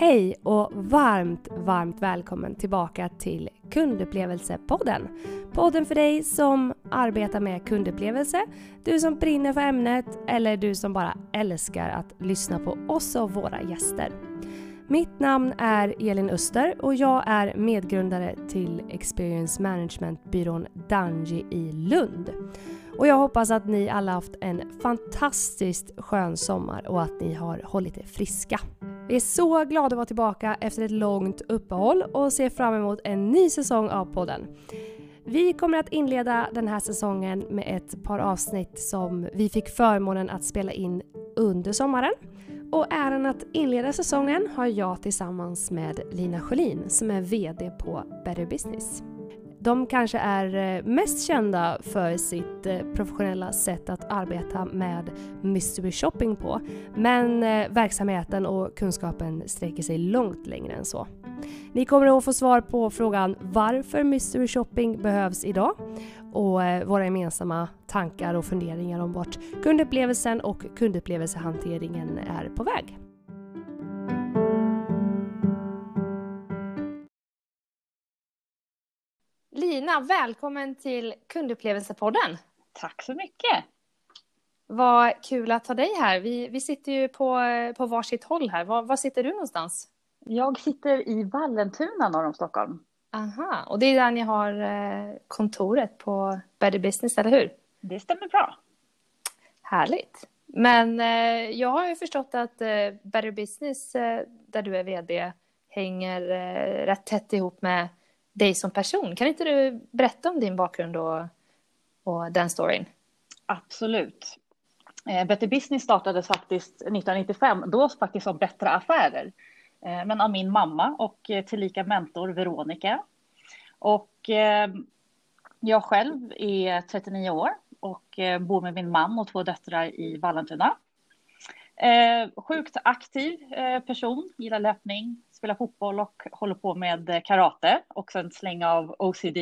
Hej och varmt välkommen tillbaka till Kundupplevelsepodden. Podden för dig som arbetar med kundupplevelse, du som brinner för ämnet eller du som bara älskar att lyssna på oss och våra gäster. Mitt namn är Elin Öster och jag är medgrundare till Experience Management-byrån Danji i Lund. Och jag hoppas att ni alla haft en fantastiskt skön sommar och att ni har hållit er friska. Vi är så glada att vara tillbaka efter ett långt uppehåll och ser fram emot en ny säsong av podden. Vi kommer att inleda den här säsongen med ett par avsnitt som vi fick förmånen att spela in under sommaren. Och äran att inleda säsongen har jag tillsammans med Lina Sjölin som är vd på Better Business. De kanske är mest kända för sitt professionella sätt att arbeta med mystery shopping på. Men verksamheten och kunskapen sträcker sig långt längre än så. Ni kommer att få svar på frågan varför mystery shopping behövs idag. Och våra gemensamma tankar och funderingar om vart kundupplevelsen och kundupplevelsehanteringen är på väg. Lina, välkommen till Kundupplevelsepodden. Tack så mycket. Vad kul att ha dig här. Vi sitter ju på varsitt håll här. Var sitter du någonstans? Jag sitter i Vallentuna norr om Stockholm. Aha, och det är där ni har kontoret på Better Business, eller hur? Det stämmer bra. Härligt. Men jag har ju förstått att Better Business, där du är vd, hänger rätt tätt ihop med dig som person. Kan inte du berätta om din bakgrund och den storyn? Absolut. Better Business startades faktiskt 1995, då faktiskt som Bättre affärer. Men av min mamma och tillika mentor Veronica. Och jag själv är 39 år och bor med min man och 2 döttrar i Vallentuna. Sjukt aktiv person, gillar löpning, spelar fotboll och håller på med karate. Och en släng av OCD.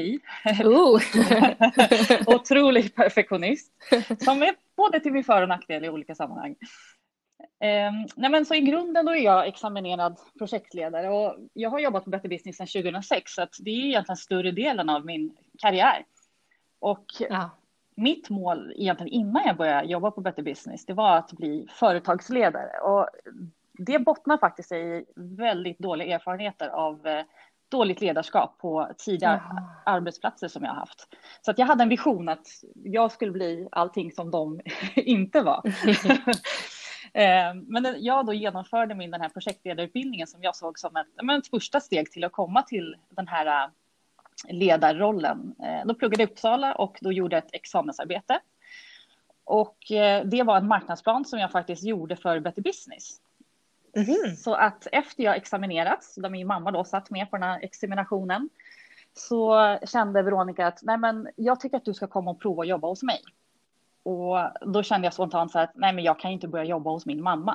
Otrolig perfektionist. Som är både till min för- och nackdel i olika sammanhang. Så i grunden då är jag examinerad projektledare och jag har jobbat på Better Business sedan 2006 så att det är egentligen större delen av min karriär. Och mitt mål egentligen innan jag började jobba på Better Business, det var att bli företagsledare. Och det bottnar faktiskt i väldigt dåliga erfarenheter av dåligt ledarskap på tidiga arbetsplatser som jag har haft. Så att jag hade en vision att jag skulle bli allting som de inte var. Men jag då genomförde den här projektledarutbildningen som jag såg som ett första steg till att komma till den här ledarrollen. Då pluggade jag i Uppsala och då gjorde jag ett examensarbete. Och det var en marknadsplan som jag faktiskt gjorde för Better Business. Mm. Så att efter jag examinerats, där min mamma då satt med på den här examinationen, så kände Veronica att jag tycker att du ska komma och prova att jobba hos mig. Och då kände jag spontant så att jag kan inte börja jobba hos min mamma.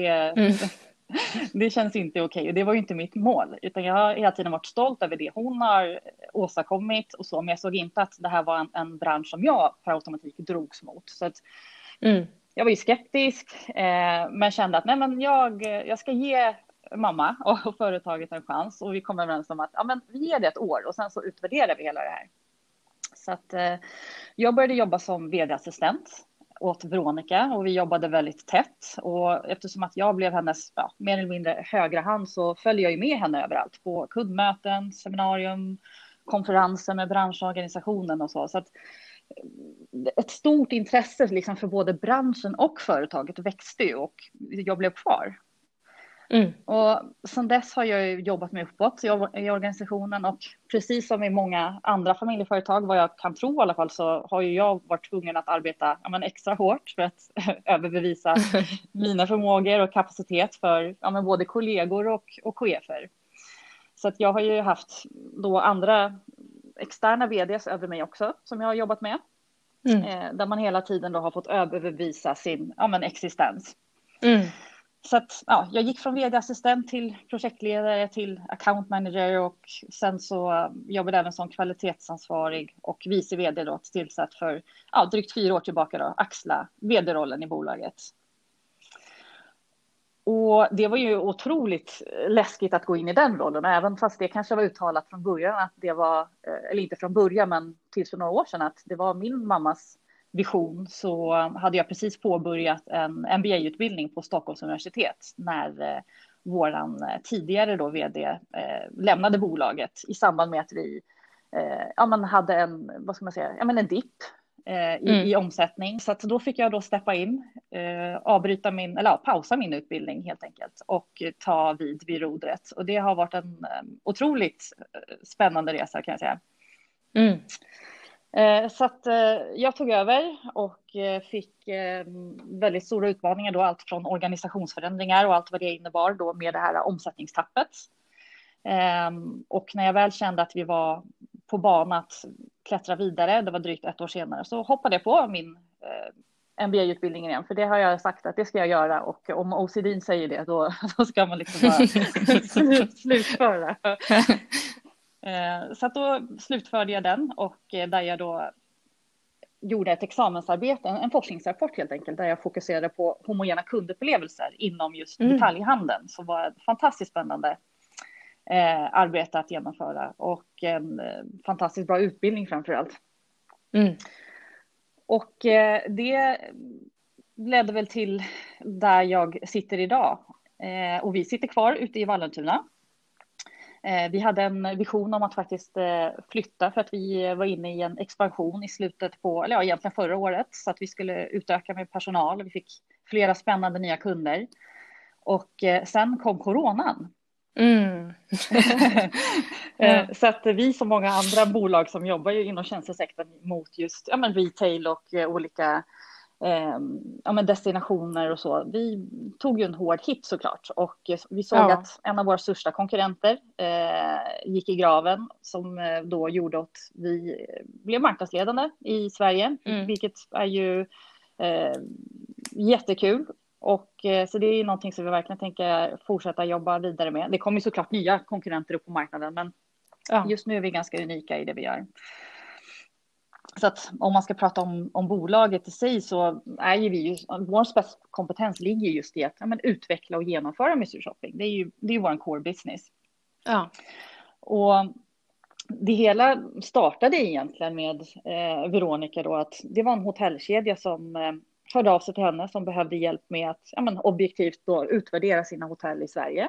Det känns inte okej. Det var ju inte mitt mål. Utan jag har hela tiden varit stolt över det hon har åstadkommit och så. Men jag såg inte att det här var en bransch som jag per automatik drogs mot. Så att jag var ju skeptisk. Men kände att jag ska ge mamma och företaget en chans. Och vi kom överens om att vi ger det ett år. Och sen så utvärderar vi hela det här. Så att jag började jobba som vd-assistent åt Veronica och vi jobbade väldigt tätt. Och eftersom att jag blev hennes mer eller mindre högra hand så följde jag ju med henne överallt på kundmöten, seminarium, konferenser med branschorganisationen och så. Så att ett stort intresse liksom för både branschen och företaget växte ju och jag blev kvar. Och sedan dess har jag jobbat mig uppåt i organisationen och precis som i många andra familjeföretag, vad jag kan tro i alla fall, så har ju jag varit tvungen att arbeta extra hårt för att överbevisa mina förmågor och kapacitet för både kollegor och chefer. Så att jag har ju haft då andra externa vds över mig också som jag har jobbat med. Där man hela tiden då har fått överbevisa sin existens. Så att, jag gick från vd-assistent till projektledare till account manager och sen så jobbade jag även som kvalitetsansvarig och vice vd då tillsatt för drygt 4 år tillbaka då axla vd-rollen i bolaget. Och det var ju otroligt läskigt att gå in i den rollen, även fast det kanske var uttalat från början att det var, eller inte från början, men tills för några år sedan att det var min mammas vision, så hade jag precis påbörjat en MBA-utbildning på Stockholms universitet när våran tidigare då vd lämnade bolaget i samband med att vi man hade en, vad ska man säga, en dipp i omsättning. Så att då fick jag då steppa in, pausa min utbildning helt enkelt och ta vid rodret. Och det har varit en otroligt spännande resa, kan jag säga. Så att jag tog över och fick väldigt stora utmaningar då, allt från organisationsförändringar och allt vad det innebar då med det här omsättningstappet. Och när jag väl kände att vi var på banan att klättra vidare, det var drygt 1 år senare, så hoppade jag på min MBA-utbildning igen, för det har jag sagt att det ska jag göra, och om OCD säger det, då ska man liksom bara slutföra. Så att då slutförde jag den, och där jag då gjorde ett examensarbete, en forskningsrapport helt enkelt, där jag fokuserade på homogena kundupplevelser inom just detaljhandeln, som var ett fantastiskt spännande arbete att genomföra, och en fantastiskt bra utbildning framför allt. Och det ledde väl till där jag sitter idag, och vi sitter kvar ute i Vallentuna. Vi hade en vision om att faktiskt flytta, för att vi var inne i en expansion i slutet på, eller egentligen förra året, så att vi skulle utöka med personal. Vi fick flera spännande nya kunder, och sen kom coronan. Så att vi, som många andra bolag som jobbar ju inom tjänstesektorn mot just retail och olika destinationer och så, vi tog ju en hård hit såklart, och vi såg att en av våra största konkurrenter gick i graven, som då gjorde att vi blev marknadsledande i Sverige, vilket är ju jättekul. Och så det är någonting som vi verkligen tänker fortsätta jobba vidare med. Det kommer ju såklart nya konkurrenter upp på marknaden, men just nu är vi ganska unika i det vi gör. Så att om man ska prata om bolaget i sig, så är ju vår spetskompetens ligger just i att utveckla och genomföra mystery shopping. Det är ju vår core business. Ja. Och det hela startade egentligen med Veronica då, att det var en hotellkedja som hörde av sig till henne, som behövde hjälp med att objektivt då utvärdera sina hotell i Sverige.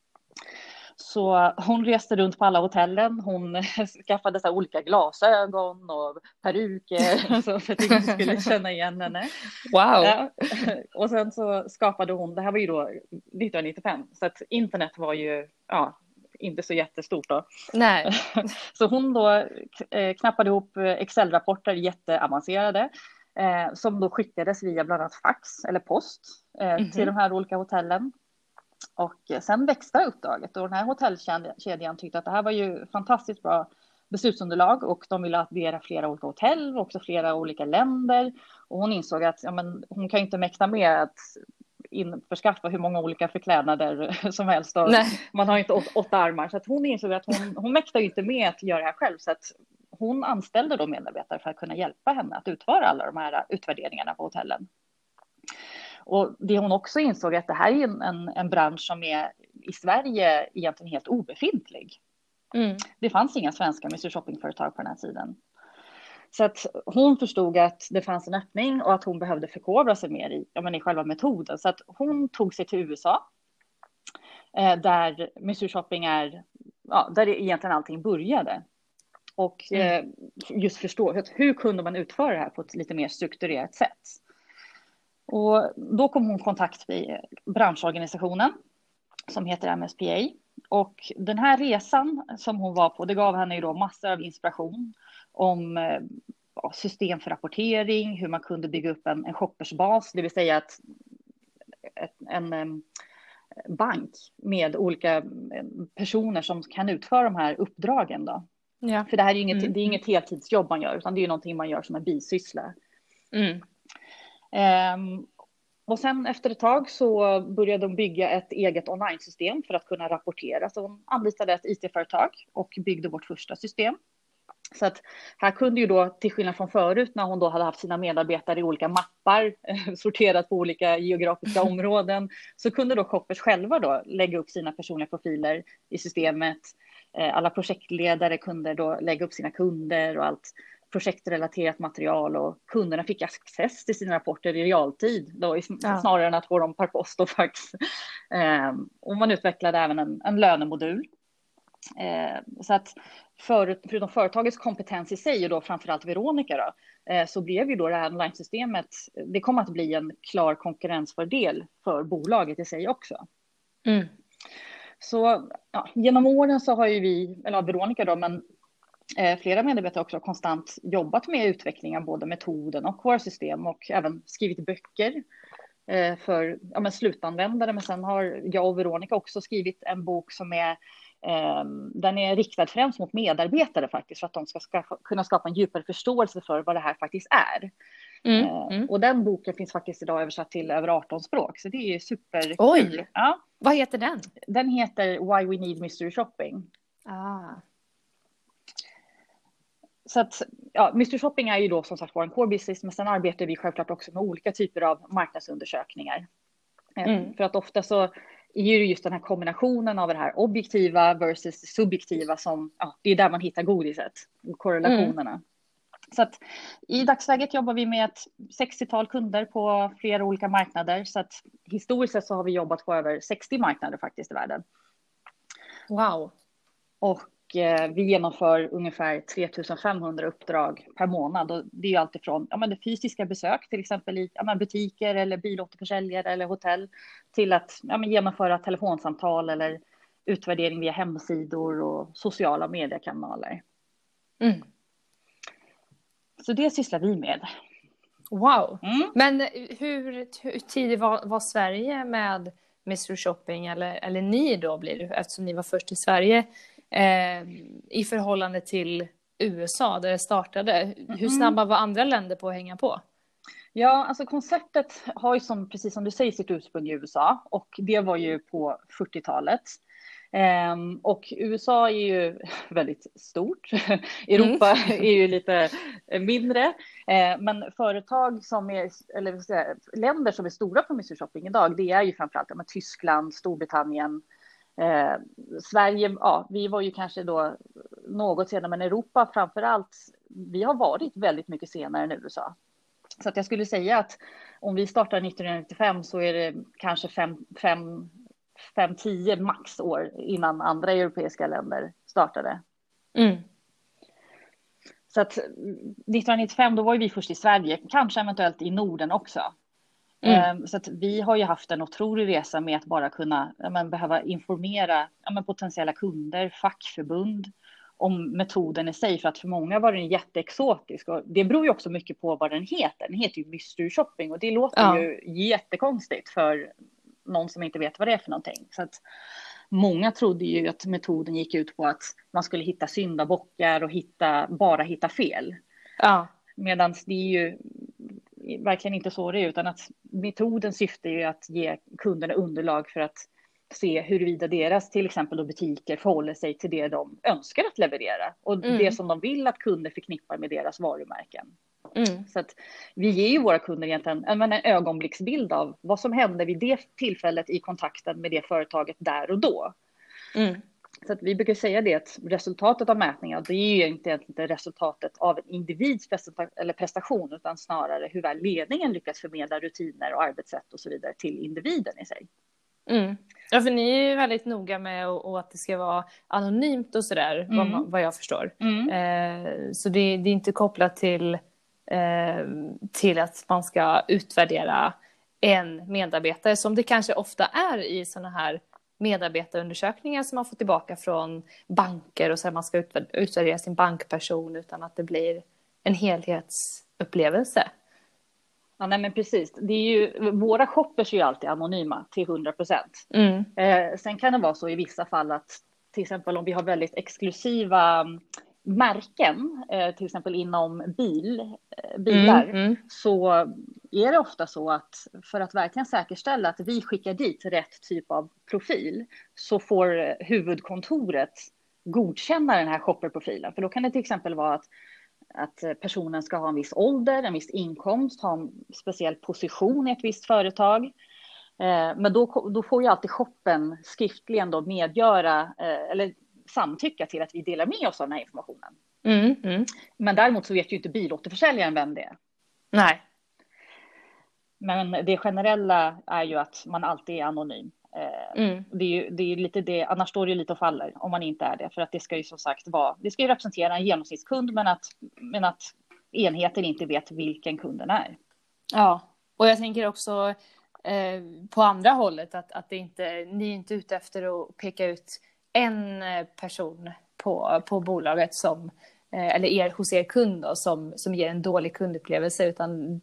Så hon reste runt på alla hotellen. Hon skaffade så här olika glasögon och peruker så för att ingen skulle känna igen henne. Wow! Ja. Och sen så skapade hon, det här var ju då 1995, så att internet var ju inte så jättestort då. Nej. Så hon då knappade ihop Excel-rapporter, jätteavancerade, som då skickades via bland annat fax eller post till de här olika hotellen. Och sen växte uppdraget, och den här hotellkedjan tyckte att det här var ju fantastiskt bra beslutsunderlag, och de ville addera flera olika hotell och också flera olika länder. Och hon insåg att hon kan ju inte mäkta med att införskaffa hur många olika förklädnader som helst. Och man har inte 8 armar, så att hon insåg att hon mäktar ju inte med att göra det här själv, så att hon anställde då medarbetare för att kunna hjälpa henne att utföra alla de här utvärderingarna på hotellen. Och det hon också insåg att det här är en bransch som är i Sverige egentligen helt obefintlig. Det fanns inga svenska mystery shoppingföretag på den här tiden. Så att hon förstod att det fanns en öppning och att hon behövde förkovra sig mer i själva metoden. Så att hon tog sig till USA, där mystery shopping är, där det egentligen allting började. Och just förstå hur kunde man utföra det här på ett lite mer strukturerat sätt. Och då kom hon i kontakt med branschorganisationen som heter MSPA. Och den här resan som hon var på, det gav henne ju då massor av inspiration om system för rapportering, hur man kunde bygga upp en shoppersbas, det vill säga att en bank med olika personer som kan utföra de här uppdragen då. Ja. För det här är ju det är inget heltidsjobb man gör, utan det är ju någonting man gör som en bisyssla. Och sen efter ett tag så började de bygga ett eget online-system för att kunna rapportera. Så de anlitade ett IT-företag och byggde vårt första system. Så att här kunde ju då, till skillnad från förut när hon då hade haft sina medarbetare i olika mappar sorterat på olika geografiska områden, så kunde då shoppers själva då lägga upp sina personliga profiler i systemet. Alla projektledare kunde då lägga upp sina kunder och allt projektrelaterat material, och kunderna fick access till sina rapporter i realtid då, snarare än att få dem per post och fax. Och man utvecklade även en lönemodul. Så att förutom företagets kompetens i sig och då framförallt Veronica då, så blev ju då det här online-systemet, det kommer att bli en klar konkurrensfördel för bolaget i sig också. Så genom åren så har ju vi, eller Veronica då, men flera medarbetare också konstant jobbat med utveckling av både metoden och våra system, och även skrivit böcker för slutanvändare. Men sen har jag och Veronica också skrivit en bok som den är riktad främst mot medarbetare faktiskt, för att de ska kunna skapa en djupare förståelse för vad det här faktiskt är. Och den boken finns faktiskt idag översatt till över 18 språk, så det är superkul. Oj! Ja. Vad heter den? Den heter Why We Need Mystery Shopping. Så att, mystery shopping är ju då som sagt vår core business, men sen arbetar vi självklart också med olika typer av marknadsundersökningar. För att ofta så är ju just den här kombinationen av det här objektiva versus subjektiva som, det är där man hittar godiset, korrelationerna. Så att i dagsläget jobbar vi med ett 60-tal kunder på flera olika marknader, så att historiskt sett så har vi jobbat på över 60 marknader faktiskt i världen. Wow! Och vi genomför ungefär 3500 uppdrag per månad, och det är ju alltifrån det fysiska besök till exempel i butiker eller bilåterförsäljare eller hotell, till att genomföra telefonsamtal eller utvärdering via hemsidor och sociala mediekanaler. Så det sysslar vi med. Wow! Men hur tidigt var Sverige med mystery shopping, eller ni då blir det, eftersom ni var först i Sverige, i förhållande till USA där det startade? Hur snabba var andra länder på att hänga på? Ja, alltså konceptet har ju precis som du säger sitt ursprung i USA, och det var ju på 40-talet. Och USA är ju väldigt stort. Europa är ju lite mindre. Men företag som är, eller vad ska jag säga, länder som är stora på mystery shopping idag, det är ju framförallt Tyskland, Storbritannien, Sverige. Vi var ju kanske då något senare, men Europa framförallt, vi har varit väldigt mycket senare än USA. Så att jag skulle säga att om vi startar 1995 så är det kanske 5-10 max år innan andra europeiska länder startade. Så att 1995 då var vi först i Sverige, kanske eventuellt i Norden också. Så att vi har ju haft en otrolig resa med att bara kunna behöva informera potentiella kunder, fackförbund om metoden i sig, för att för många var den jätteexotisk, och det beror ju också mycket på vad den heter. Den heter ju mystery shopping, och det låter ju jättekonstigt för någon som inte vet vad det är för någonting. Så att många trodde ju att metoden gick ut på att man skulle hitta syndabockar och bara hitta fel. Medan det är ju verkligen inte så det är, utan att metoden syftar ju att ge kunderna underlag för att se huruvida deras till exempel då butiker förhåller sig till det de önskar att leverera, och det som de vill att kunder förknippar med deras varumärken. Så att vi ger ju våra kunder egentligen en ögonblicksbild av vad som hände vid det tillfället i kontakten med det företaget där och då. Så att vi brukar säga det, att resultatet av mätningen, det är ju inte resultatet av en individs prestation, utan snarare hur väl ledningen lyckas förmedla rutiner och arbetssätt och så vidare till individen i sig. Ja, för ni är ju väldigt noga med att det ska vara anonymt och sådär, vad jag förstår. Så det är inte kopplat till att man ska utvärdera en medarbetare, som det kanske ofta är i såna här medarbetarundersökningar som man får tillbaka från banker, och så man ska utvärdera sin bankperson, utan att det blir en helhetsupplevelse. Ja, nej men precis. Det är ju, våra shoppers är ju alltid anonyma till 100%. Sen kan det vara så i vissa fall att till exempel om vi har väldigt exklusiva märken, till exempel inom bilar, så är det ofta så att för att verkligen säkerställa att vi skickar dit rätt typ av profil, så får huvudkontoret godkänna den här shopperprofilen. För då kan det till exempel vara att personen ska ha en viss ålder, en viss inkomst, ha en speciell position i ett visst företag. Men då får ju alltid shoppen skriftligen då medgöra eller samtycka till att vi delar med oss av den här informationen. Men däremot så vet ju inte bilåterförsäljaren vem det är. Nej. Men det generella är ju att man alltid är anonym. Det är lite det, annars står det lite och faller om man inte är det. För att det ska ju som sagt det ska ju representera en genomsnittskund, men att enheten inte vet vilken kunden är. Ja, och jag tänker också på andra hållet att ni är inte ute efter att peka ut en person på bolaget som eller hos er kund då, som ger en dålig kundupplevelse, utan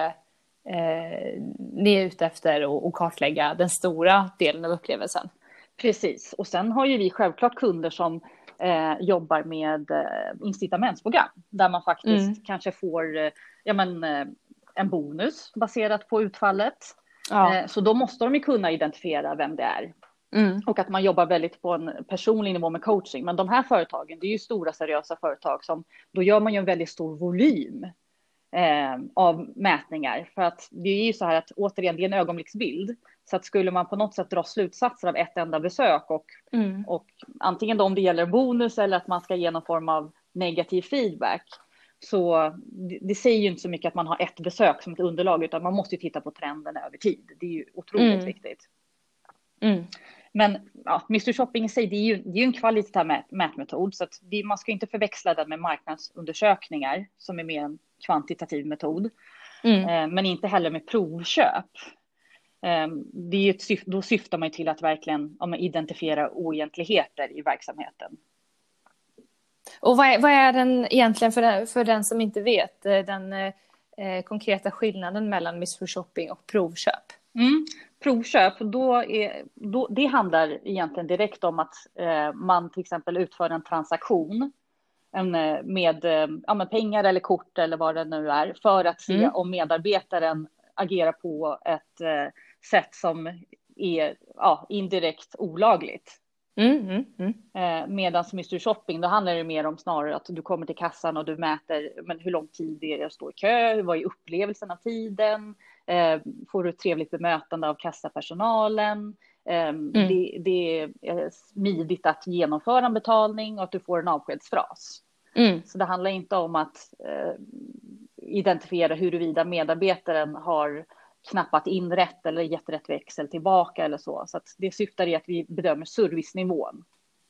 ni är ute efter att kartlägga den stora delen av upplevelsen. Precis, och sen har ju vi självklart kunder som jobbar med incitamentsprogram där man faktiskt kanske får en bonus baserat på utfallet. Ja. Så då måste de ju kunna identifiera vem det är. Och att man jobbar väldigt på en personlig nivå med coaching. Men de här företagen, det är ju stora seriösa företag som då gör man ju en väldigt stor volym av mätningar. För att det är ju så här att återigen, det är en ögonblicksbild. Så att skulle man på något sätt dra slutsatser av ett enda besök och antingen då om det gäller bonus eller att man ska ge någon form av negativ feedback, så det säger ju inte så mycket att man har ett besök som ett underlag, utan man måste ju titta på trenden över tid. Det är ju otroligt viktigt. Men Mystery Shopping i sig, det är ju en kvalitativ mätmetod, så att man ska inte förväxla den med marknadsundersökningar som är mer en kvantitativ metod. Men inte heller med provköp. Det är ju då syftar man till att verkligen identifiera oegentligheter i verksamheten. Och vad är den egentligen för den som inte vet den konkreta skillnaden mellan Mystery Shopping och provköp? Provköp, det handlar egentligen direkt om att man till exempel utför en transaktion med pengar eller kort eller vad det nu är, för att se om medarbetaren agerar på ett sätt som är indirekt olagligt. Medan Mystery Shopping, då handlar det mer om snarare att du kommer till kassan och du mäter hur lång tid det är att stå i kö, vad är upplevelsen av tiden, får du ett trevligt bemötande av kassapersonalen, det är smidigt att genomföra en betalning och att du får en avskedsfras. Så det handlar inte om att identifiera huruvida medarbetaren har knappat in rätt eller gett rätt växel tillbaka eller så. Så att det syftar i att vi bedömer servicenivån.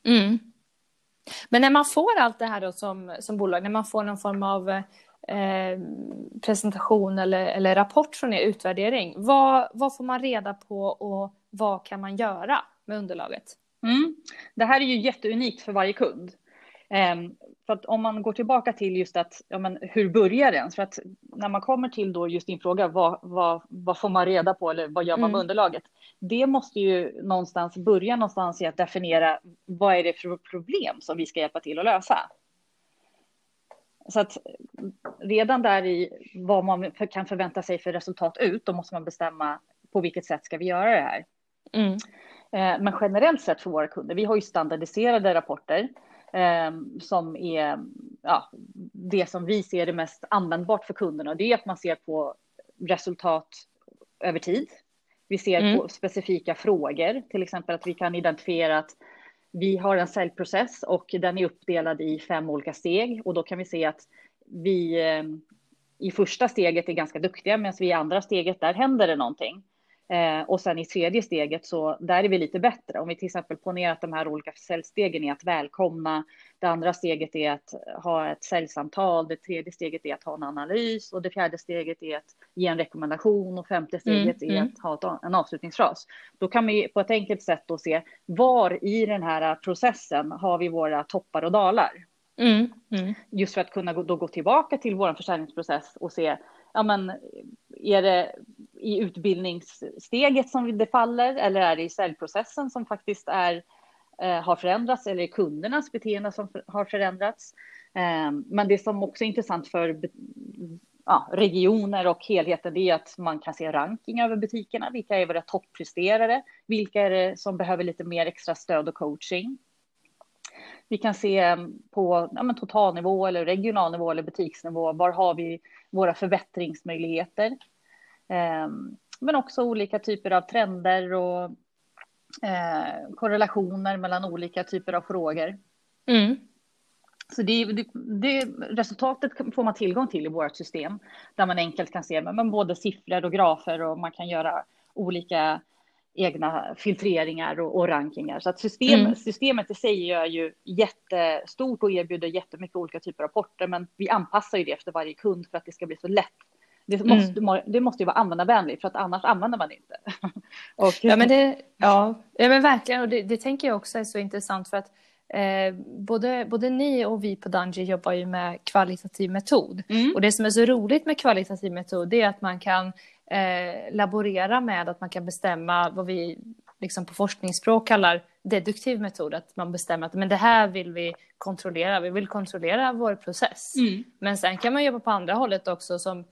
Men när man får allt det här då som bolag, när man får någon form av presentation eller rapport från er utvärdering, vad får man reda på och vad kan man göra med underlaget? Det här är ju jätteunikt för varje kund. För att om man går tillbaka till just att, hur börjar den? För att när man kommer till då just din fråga, vad får man reda på eller vad gör man med underlaget? Det måste ju börja någonstans i att definiera vad är det för problem som vi ska hjälpa till att lösa. Så att redan där i vad man kan förvänta sig för resultat ut, då måste man bestämma på vilket sätt ska vi göra det här. Men generellt sett för våra kunder, vi har ju standardiserade rapporter som är det som vi ser är mest användbart för kunderna. Det är att man ser på resultat över tid. Vi ser på specifika frågor, till exempel att vi kan identifiera att vi har en säljprocess och den är uppdelad i 5 olika steg, och då kan vi se att vi i första steget är ganska duktiga, medan vi i andra steget där händer det någonting. Och sen i tredje steget så där är vi lite bättre. Om vi till exempel ponerar att de här olika säljstegen är att välkomna. Det andra steget är att ha ett säljsamtal. Det tredje steget är att ha en analys. Och det fjärde steget är att ge en rekommendation. Och femte steget är att ha en avslutningsfras. Då kan vi på ett enkelt sätt då se var i den här processen har vi våra toppar och dalar. Just för att kunna då gå tillbaka till vår försäljningsprocess och se, är det i utbildningssteget som det faller, eller är det i säljprocessen som faktiskt har förändrats, eller är kundernas beteende som har förändrats. Men det som också är intressant för regioner och helheten, det är att man kan se ranking över butikerna. Vilka är våra toppresterare? Vilka är det som behöver lite mer extra stöd och coaching? Vi kan se på totalnivå eller regional nivå eller butiksnivå. Var har vi våra förbättringsmöjligheter? Men också olika typer av trender och korrelationer mellan olika typer av frågor. Så det resultatet får man tillgång till i vårt system, där man enkelt kan se men både siffror och grafer, och man kan göra olika egna filtreringar och rankingar. Så att systemet i sig är ju jättestort och erbjuder jättemycket olika typer av rapporter, men vi anpassar ju det efter varje kund för att det ska bli så lätt. Det måste ju vara användarvänligt, för att annars använder man det inte. Men verkligen, och det tänker jag också är så intressant, för att både ni och vi på Dungy jobbar ju med kvalitativ metod. Och det som är så roligt med kvalitativ metod, det är att man kan laborera med, att man kan bestämma vad vi liksom på forskningsspråk kallar deduktiv metod, att man bestämmer att men det här vill vi kontrollera, vi vill kontrollera vår process. Men sen kan man jobba på andra hållet också, som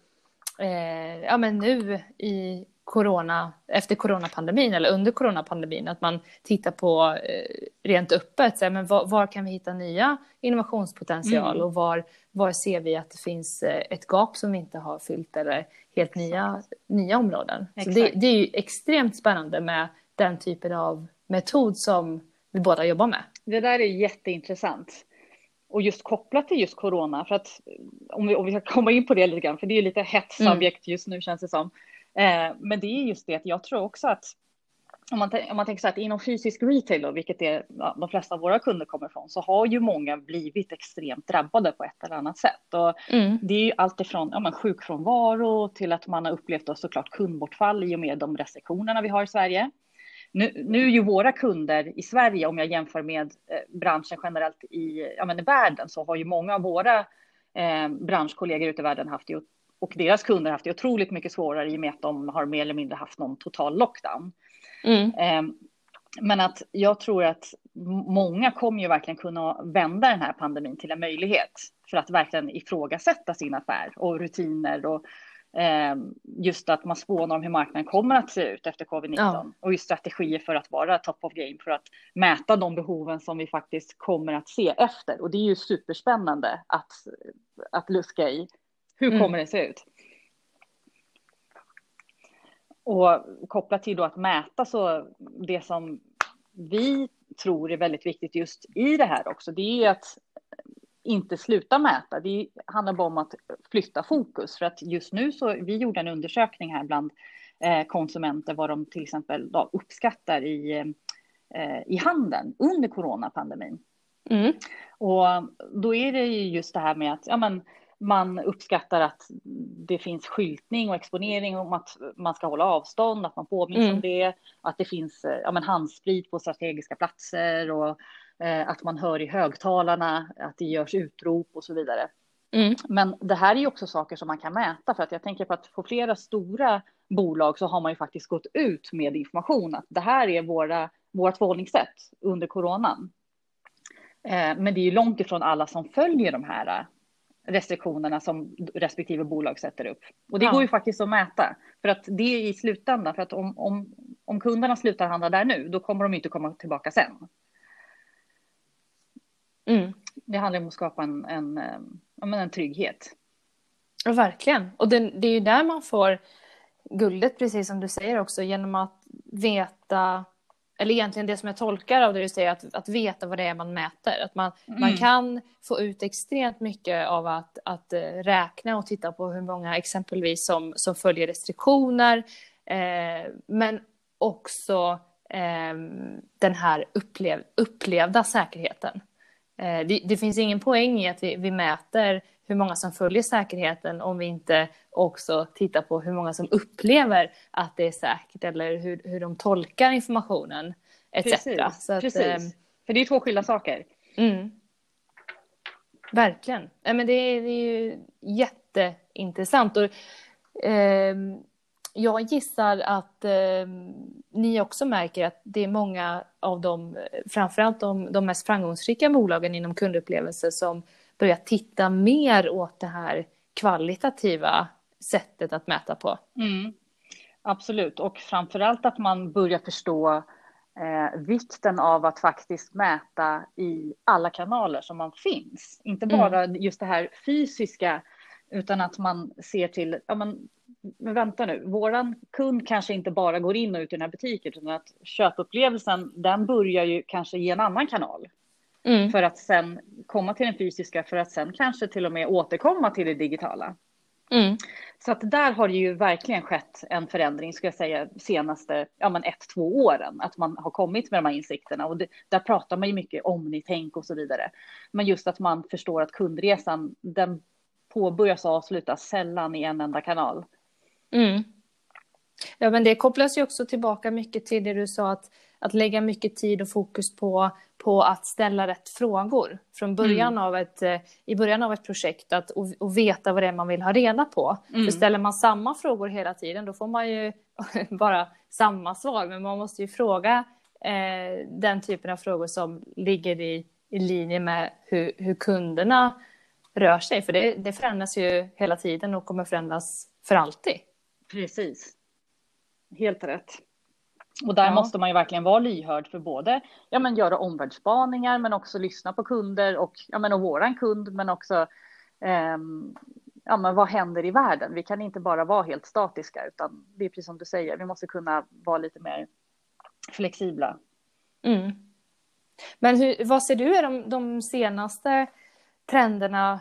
nu i efter coronapandemin eller under coronapandemin, att man tittar på rent öppet, men var kan vi hitta nya innovationspotential och var ser vi att det finns ett gap som vi inte har fyllt, eller helt nya områden. Så det är ju extremt spännande med den typen av metod som vi båda jobbar med. Det där är jätteintressant. Och just kopplat till just corona, för att om vi ska komma in på det lite grann, för det är lite hett subjekt just nu, känns det som. Men det är just det att jag tror också att om man tänker så att inom fysisk retail, då, vilket är de flesta av våra kunder kommer ifrån, så har ju många blivit extremt drabbade på ett eller annat sätt. Och det är ju allt ifrån sjukfrånvaro till att man har upplevt då såklart kundbortfall i och med de restriktionerna vi har i Sverige. Nu är ju våra kunder i Sverige, om jag jämför med branschen generellt i världen, så har ju många av våra branschkollegor ute i världen haft ju, och deras kunder haft det otroligt mycket svårare i och med att de har mer eller mindre haft någon total lockdown. Men att jag tror att många kommer ju verkligen kunna vända den här pandemin till en möjlighet för att verkligen ifrågasätta sin affär och rutiner, och just att man spånar om hur marknaden kommer att se ut efter covid-19 och just strategier för att vara top of game, för att mäta de behoven som vi faktiskt kommer att se efter. Och det är ju superspännande att luska i. Hur kommer det se ut? Och kopplat till då att mäta, så det som vi tror är väldigt viktigt just i det här också, det är att inte sluta mäta. Det handlar bara om att flytta fokus. För att just nu så, vi gjorde en undersökning här bland konsumenter vad de till exempel då uppskattar i handeln under coronapandemin. Och då är det ju just det här med att man uppskattar att det finns skyltning och exponering om att man ska hålla avstånd, att man påminner om det, att det finns handsprit på strategiska platser, och att man hör i högtalarna att det görs utrop och så vidare. Men det här är ju också saker som man kan mäta, för att jag tänker på att på flera stora bolag så har man ju faktiskt gått ut med information att det här är vårt förhållningssätt under coronan. Men det är ju långt ifrån alla som följer de här restriktionerna som respektive bolag sätter upp. Och det går ju faktiskt att mäta, för att det är i slutändan, för att om kunderna slutar handla där nu, då kommer de inte komma tillbaka sen. Det handlar om att skapa en trygghet. Ja, verkligen. Och det är ju där man får guldet, precis som du säger också, genom att veta, eller egentligen det som jag tolkar av det du säger, att veta vad det är man mäter. Att man kan få ut extremt mycket av att räkna och titta på hur många exempelvis som följer restriktioner. Men också den här upplevda säkerheten. Det finns ingen poäng i att vi mäter hur många som följer säkerheten om vi inte också tittar på hur många som upplever att det är säkert, eller hur de tolkar informationen etc. Precis. För det är två skilda saker. Verkligen. Men det är ju jätteintressant. Och jag gissar att ni också märker att det är många av dem, framförallt de mest framgångsrika bolagen inom kundupplevelse, som börjar titta mer åt det här kvalitativa sättet att mäta på. Absolut, och framförallt att man börjar förstå vikten av att faktiskt mäta i alla kanaler som man finns. Inte bara just det här fysiska, utan att man ser till, ja men vänta nu, våran kund kanske inte bara går in och ut i den här butiken, utan att köpupplevelsen, den börjar ju kanske i en annan kanal. För att sen komma till den fysiska, för att sen kanske till och med återkomma till det digitala. Så att där har det ju verkligen skett en förändring, ska jag säga, senaste 1-2 åren. Att man har kommit med de här insikterna. Och där pratar man ju mycket omnitänk och så vidare. Men just att man förstår att kundresan, den påbörjas och avslutas sällan i en enda kanal. Ja, men det kopplas ju också tillbaka mycket till det du sa, att lägga mycket tid och fokus på att ställa rätt frågor från början i början av ett projekt, och veta vad det är man vill ha reda på. För ställer man samma frågor hela tiden, då får man ju bara samma svar, men man måste ju fråga den typen av frågor som ligger i linje med hur kunderna rör sig, för det förändras ju hela tiden och kommer förändras för alltid. Precis. Helt rätt. Och där måste man ju verkligen vara lyhörd för både göra omvärldsspaningar, men också lyssna på kunder och våran kund, men också vad händer i världen. Vi kan inte bara vara helt statiska, utan det är precis som du säger, vi måste kunna vara lite mer flexibla. Men vad ser du är de senaste trenderna,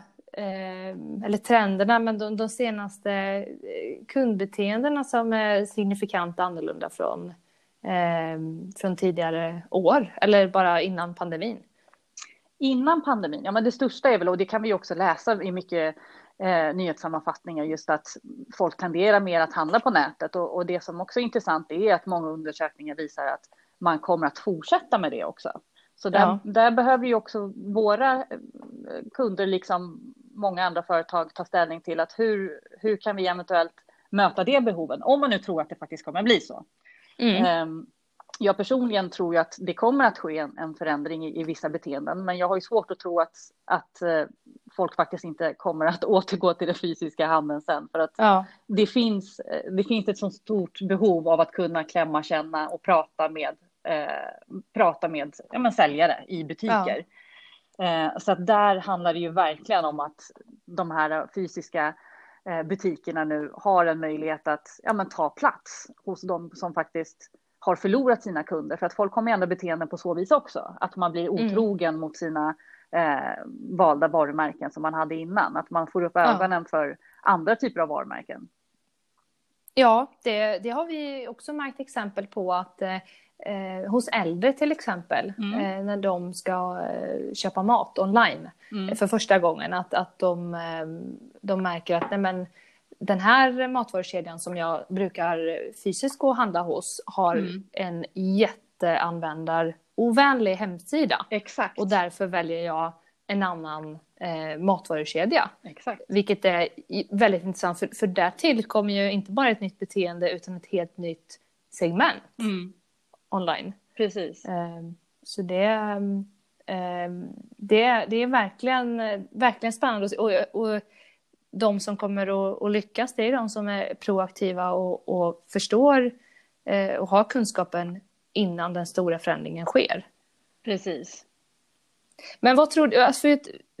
men de senaste kundbeteendena som är signifikant annorlunda från tidigare år, eller bara innan pandemin? Innan pandemin, men det största är väl, och det kan vi också läsa i mycket nyhetssammanfattningar, just att folk tenderar mer att handla på nätet, och det som också är intressant är att många undersökningar visar att man kommer att fortsätta med det också. Så där behöver ju också våra kunder, liksom många andra företag, ta ställning till att hur kan vi eventuellt möta det behoven, om man nu tror att det faktiskt kommer att bli så. Jag personligen tror ju att det kommer att ske en förändring i vissa beteenden, men jag har ju svårt att tro att folk faktiskt inte kommer att återgå till den fysiska handeln sen, för att det finns ett så stort behov av att kunna klämma, känna och prata med säljare i butiker. Så att där handlar det ju verkligen om att de här fysiska butikerna nu har en möjlighet att ta plats hos de som faktiskt har förlorat sina kunder. För att folk kommer ändra beteenden på så vis också. Att man blir otrogen mot sina valda varumärken som man hade innan. Att man får upp ögonen för andra typer av varumärken. Ja, det har vi också märkt exempel på, att hos äldre till exempel, när de ska köpa mat online för första gången, att de märker att den här matvarukedjan som jag brukar fysiskt gå och handla hos har en jätteanvändarovänlig hemsida. Exakt. Och därför väljer jag en annan matvarukedja. Exakt. Vilket är väldigt intressant, för där tillkommer ju inte bara ett nytt beteende utan ett helt nytt segment online. Precis. Så det är verkligen spännande, och de som kommer att lyckas, det är de som är proaktiva och förstår och har kunskapen innan den stora förändringen sker. Precis. Men vad tror du, alltså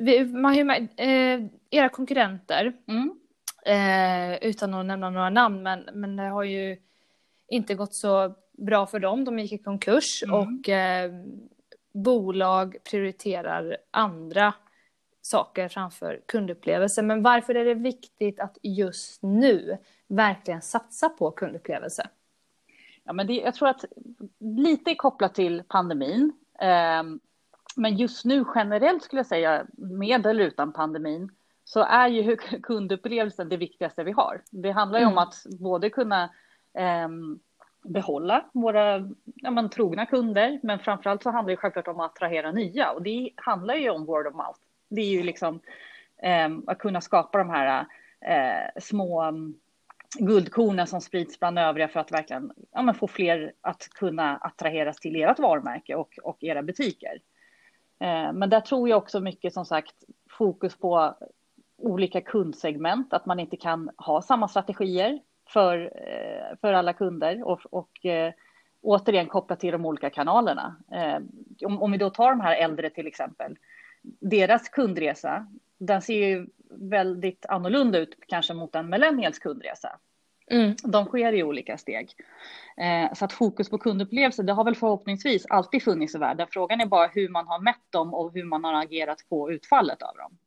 era konkurrenter, utan att nämna några namn, men det har ju inte gått så bra för dem. De gick i konkurs och bolag prioriterar andra saker framför kundupplevelse. Men varför är det viktigt att just nu verkligen satsa på kundupplevelse? Ja, men jag tror att lite är kopplat till pandemin. Men just nu generellt skulle jag säga, med eller utan pandemin, så är ju kundupplevelsen det viktigaste vi har. Det handlar ju om att både kunna behålla våra trogna kunder, men framförallt så handlar det självklart om att attrahera nya, och det handlar ju om word of mouth. Det är ju liksom att kunna skapa de här små guldkornen som sprids bland övriga, för att verkligen få fler att kunna attraheras till ert varumärke och era butiker. Men där tror jag också mycket, som sagt, fokus på olika kundsegment, att man inte kan ha samma strategier för alla kunder, och återigen kopplat till de olika kanalerna. Om vi då tar de här äldre till exempel, deras kundresa, den ser ju väldigt annorlunda ut kanske mot en millennials kundresa. De sker i olika steg. Så att fokus på kundupplevelse, det har väl förhoppningsvis alltid funnits i världen. Frågan är bara hur man har mätt dem och hur man har agerat på utfallet av dem.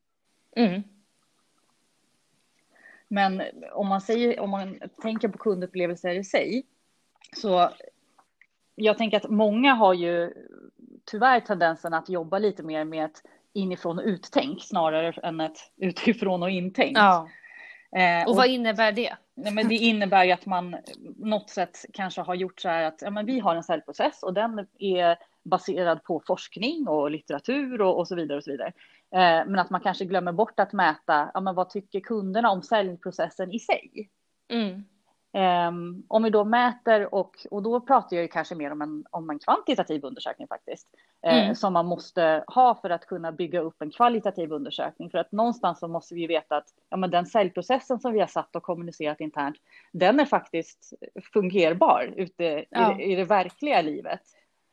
Men om man tänker på kundupplevelser i sig, så jag tänker att många har ju tyvärr tendensen att jobba lite mer med ett inifrån och uttänk snarare än ett utifrån och intänk. Ja. Och vad innebär det? Men det innebär ju att man något sätt kanske har gjort så här att men vi har en säljprocess och den är baserad på forskning och litteratur och så vidare och så vidare. Men att man kanske glömmer bort att mäta men vad tycker kunderna om säljprocessen i sig. Om vi då mäter och då pratar jag ju kanske mer om en kvantitativ undersökning faktiskt. Som man måste ha för att kunna bygga upp en kvalitativ undersökning. För att någonstans så måste vi veta att men den säljprocessen som vi har satt och kommunicerat internt, den är faktiskt fungerbar ute i det verkliga livet.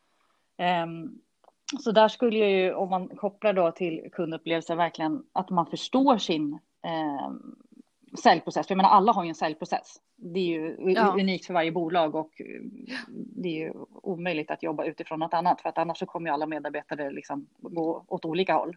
Så där skulle jag ju, om man kopplar då till kundupplevelse, verkligen att man förstår sin säljprocess. För jag menar, alla har ju en säljprocess. Det är ju unikt för varje bolag och det är ju omöjligt att jobba utifrån något annat. För att annars så kommer ju alla medarbetare liksom gå åt olika håll.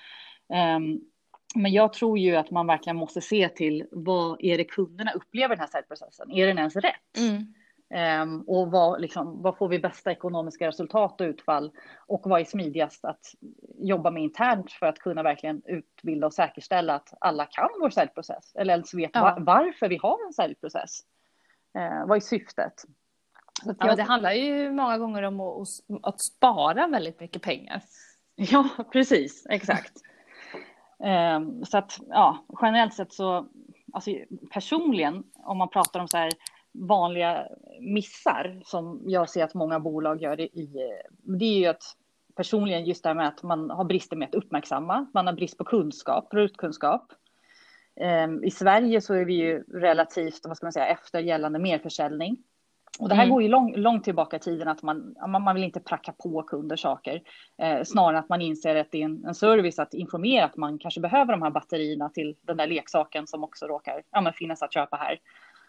Men jag tror ju att man verkligen måste se till vad är det kunderna upplever den här säljprocessen. Är den ens rätt? Och vad får vi bästa ekonomiska resultat och utfall och vad är smidigast att jobba med internt för att kunna verkligen utbilda och säkerställa att alla kan vår säljprocess eller ens vet varför vi har en säljprocess. Vad är syftet? Så det handlar ju många gånger om att spara väldigt mycket pengar. Ja, precis, exakt. Så att generellt sett så alltså, personligen om man pratar om så här vanliga missar som jag ser att många bolag gör det är ju att personligen just det här med att man har brister med att uppmärksamma, man har brist på produktkunskap. I Sverige så är vi ju relativt, vad ska man säga, efter gällande merförsäljning. Och det här går ju långt tillbaka i tiden att man vill inte pracka på kunder saker. Snarare att man inser att det är en service att informera att man kanske behöver de här batterierna till den där leksaken som också råkar finnas att köpa här.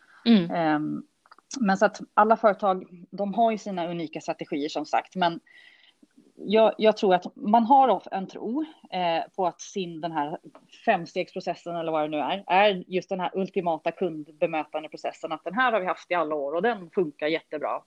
Men så att alla företag, de har ju sina unika strategier som sagt, men jag tror att man har en tro på att den här 5-stegsprocessen eller vad det nu är just den här ultimata kundbemötande processen, att den här har vi haft i alla år och den funkar jättebra.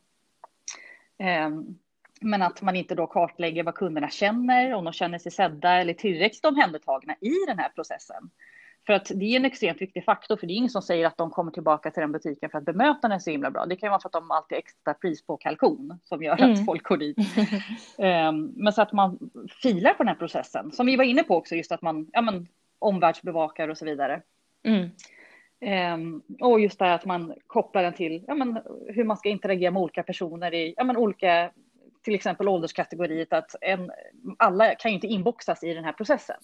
Men att man inte då kartlägger vad kunderna känner, om de känner sig sedda eller tillräckligt omhändertagna i den här processen. För att det är en extremt viktig faktor, för det är ingen som säger att de kommer tillbaka till den butiken för att bemöta den så himla bra. Det kan ju vara för att de alltid har extra pris på kalkon som gör att folk går dit. Men så att man filar på den här processen, som vi var inne på också, just att man omvärldsbevakar och så vidare. Och just det här att man kopplar den till hur man ska interagera med olika personer i olika, till exempel ålderskategorier, att alla kan ju inte inboxas i den här processen.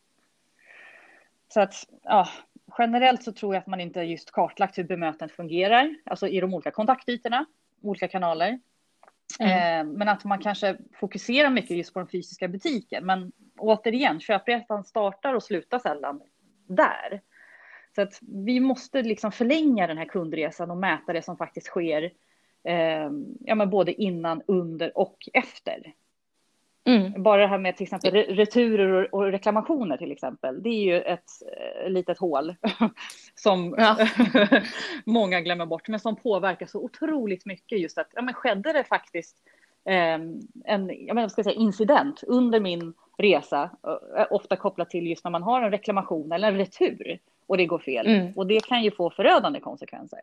Så att generellt så tror jag att man inte just kartlagt hur bemötandet fungerar, alltså i de olika kontaktytorna, olika kanaler. Men att man kanske fokuserar mycket just på den fysiska butiken. Men återigen, köpresan startar och slutar sällan där. Så att vi måste liksom förlänga den här kundresan och mäta det som faktiskt sker både innan, under och efter. Bara det här med till exempel returer och reklamationer till exempel. Det är ju ett litet hål som många glömmer bort. Men som påverkar så otroligt mycket just att skedde det faktiskt en incident under min resa. Ofta kopplat till just när man har en reklamation eller en retur och det går fel. Och det kan ju få förödande konsekvenser.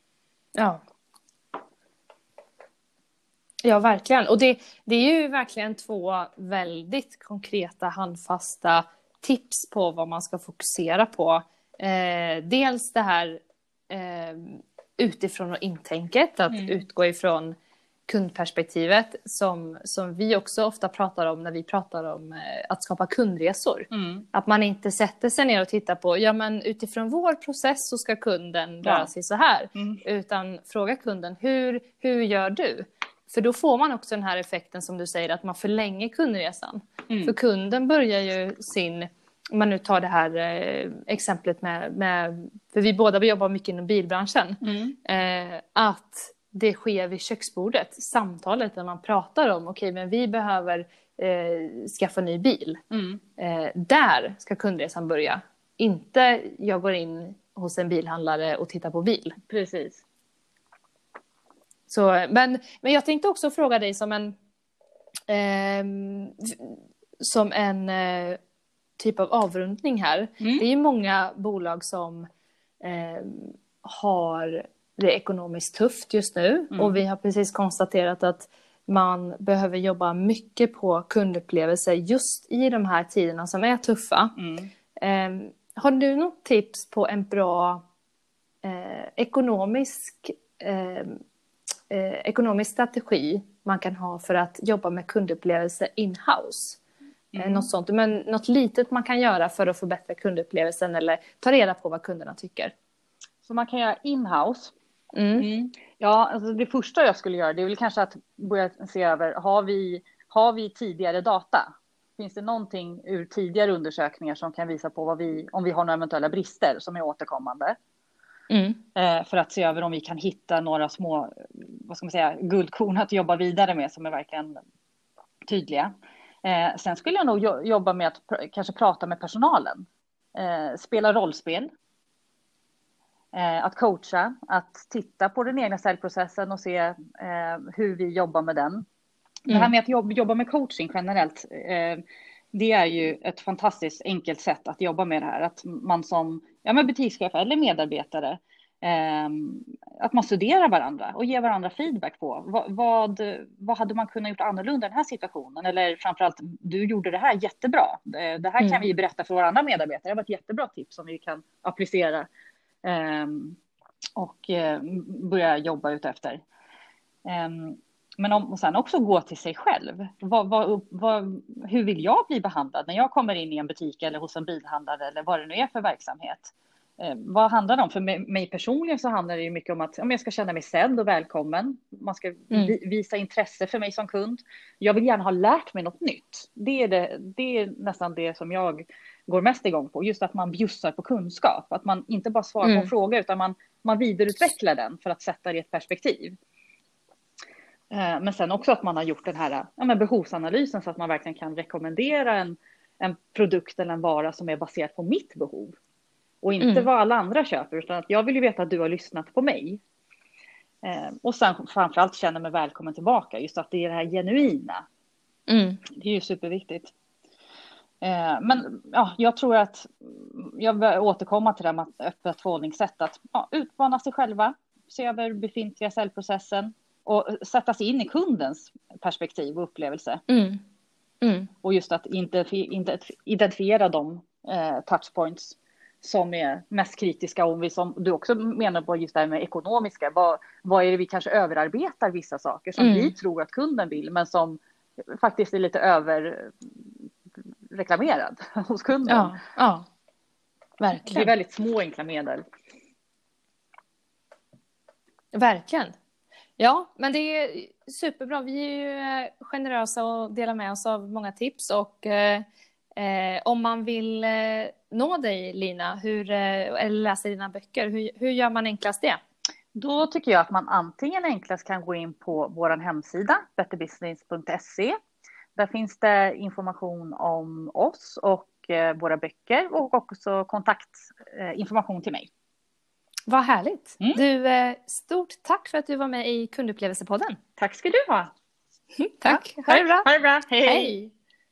Ja, verkligen. Och det är ju verkligen 2 väldigt konkreta, handfasta tips på vad man ska fokusera på. Dels det här utifrån och intänket, att utgå ifrån kundperspektivet som vi också ofta pratar om när vi pratar om att skapa kundresor. Att man inte sätter sig ner och tittar på, utifrån vår process så ska kunden röra sig så här. Utan fråga kunden, hur gör du? För då får man också den här effekten som du säger, att man förlänger kundresan. För kunden börjar ju om man nu tar det här exemplet med för vi båda jobbar mycket inom bilbranschen, att det sker vid köksbordet, samtalet där man pratar om okej, men vi behöver skaffa ny bil. Där ska kundresan börja. Inte jag går in hos en bilhandlare och tittar på bil. Precis. Så, men jag tänkte också fråga dig som en typ av avrundning här. Det är ju många bolag som har det ekonomiskt tufft just nu. Och vi har precis konstaterat att man behöver jobba mycket på kundupplevelser just i de här tiderna som är tuffa. Har du något tips på en bra ekonomisk strategi man kan ha för att jobba med kundupplevelse in-house? Något sånt, men något litet man kan göra för att förbättra kundupplevelsen eller ta reda på vad kunderna tycker. Så man kan göra in-house. Ja, alltså det första jag skulle göra, det är väl kanske att börja se över, har vi tidigare data? Finns det någonting ur tidigare undersökningar som kan visa på om vi har några eventuella brister som är återkommande? För att se över om vi kan hitta några små, vad ska man säga, guldkorn att jobba vidare med som är verkligen tydliga. Sen skulle jag nog jobba med att kanske prata med personalen. Spela rollspel. Att coacha, att titta på den egna säljprocessen och se hur vi jobbar med den. Det här med att jobba med coaching generellt, det är ju ett fantastiskt enkelt sätt att jobba med det här. Att man som butikschef eller medarbetare, att man studerar varandra och ger varandra feedback på vad hade man kunnat gjort annorlunda i den här situationen? Eller framförallt, du gjorde det här jättebra. Det här kan vi berätta för våra andra medarbetare. Det var ett jättebra tips som vi kan applicera och börja jobba ut efter. Men och sen också gå till sig själv. Hur vill jag bli behandlad när jag kommer in i en butik eller hos en bilhandlare eller vad det nu är för verksamhet? Vad handlar det om? För mig personligen så handlar det ju mycket om att jag ska känna mig sedd och välkommen. Man ska visa intresse för mig som kund. Jag vill gärna ha lärt mig något nytt. Det är nästan det som jag går mest igång på. Just att man bjussar på kunskap. Att man inte bara svarar på en fråga utan man vidareutvecklar den för att sätta det i ett perspektiv. Men sen också att man har gjort den här behovsanalysen så att man verkligen kan rekommendera en produkt eller en vara som är baserad på mitt behov. Och inte vad alla andra köper, utan att jag vill ju veta att du har lyssnat på mig. Och sen framförallt känna mig välkommen tillbaka. Just att det är det här genuina. Det är ju superviktigt. Men ja, jag tror att jag vill återkomma till det med öppet förhållningssätt. Att utmana sig själva, se över befintliga säljprocessen och sätta sig in i kundens perspektiv och upplevelse. Och just att inte identifiera de touchpoints som är mest kritiska, och som du också menar på just det här med ekonomiska. Vad är det vi kanske överarbetar vissa saker som vi tror att kunden vill, men som faktiskt är lite överreklamerad hos kunden. Ja, verkligen. Det är väldigt små enkla medel. Verkligen. Ja, men det är superbra. Vi är ju generösa och delar med oss av många tips. Och om man vill nå dig, Lina, eller läsa dina böcker, hur gör man enklast det? Då tycker jag att man antingen enklast kan gå in på vår hemsida, betterbusiness.se. Där finns det information om oss och våra böcker och också kontaktinformation till mig. Vad härligt. Du, stort tack för att du var med i Kundupplevelsepodden. Tack ska du ha. Tack. Ha det bra. Ha det bra. Hej. Hej.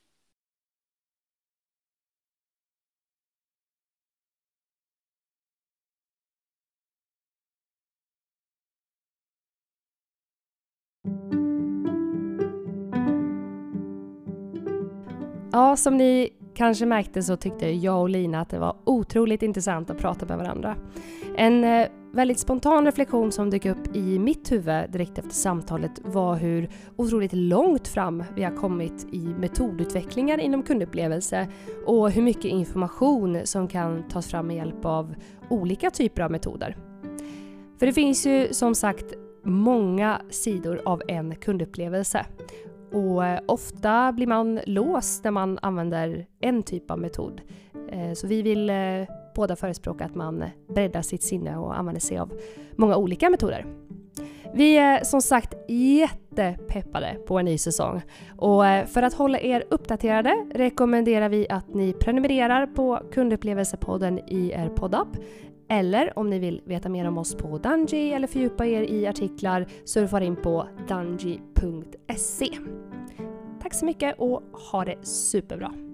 Ja, som ni kanske märkte så tyckte jag och Lina att det var otroligt intressant att prata med varandra. En väldigt spontan reflektion som dök upp i mitt huvud direkt efter samtalet var hur otroligt långt fram vi har kommit i metodutvecklingar inom kundupplevelse och hur mycket information som kan tas fram med hjälp av olika typer av metoder. För det finns ju som sagt många sidor av en kundupplevelse. Och ofta blir man låst när man använder en typ av metod. Så vi vill båda förespråka att man breddar sitt sinne och använder sig av många olika metoder. Vi är som sagt jättepeppade på en ny säsong. Och för att hålla er uppdaterade rekommenderar vi att ni prenumererar på Kundupplevelsepodden i er poddapp. Eller om ni vill veta mer om oss på Dungy eller fördjupa er i artiklar, surfar in på dungy.se. Tack så mycket och ha det superbra!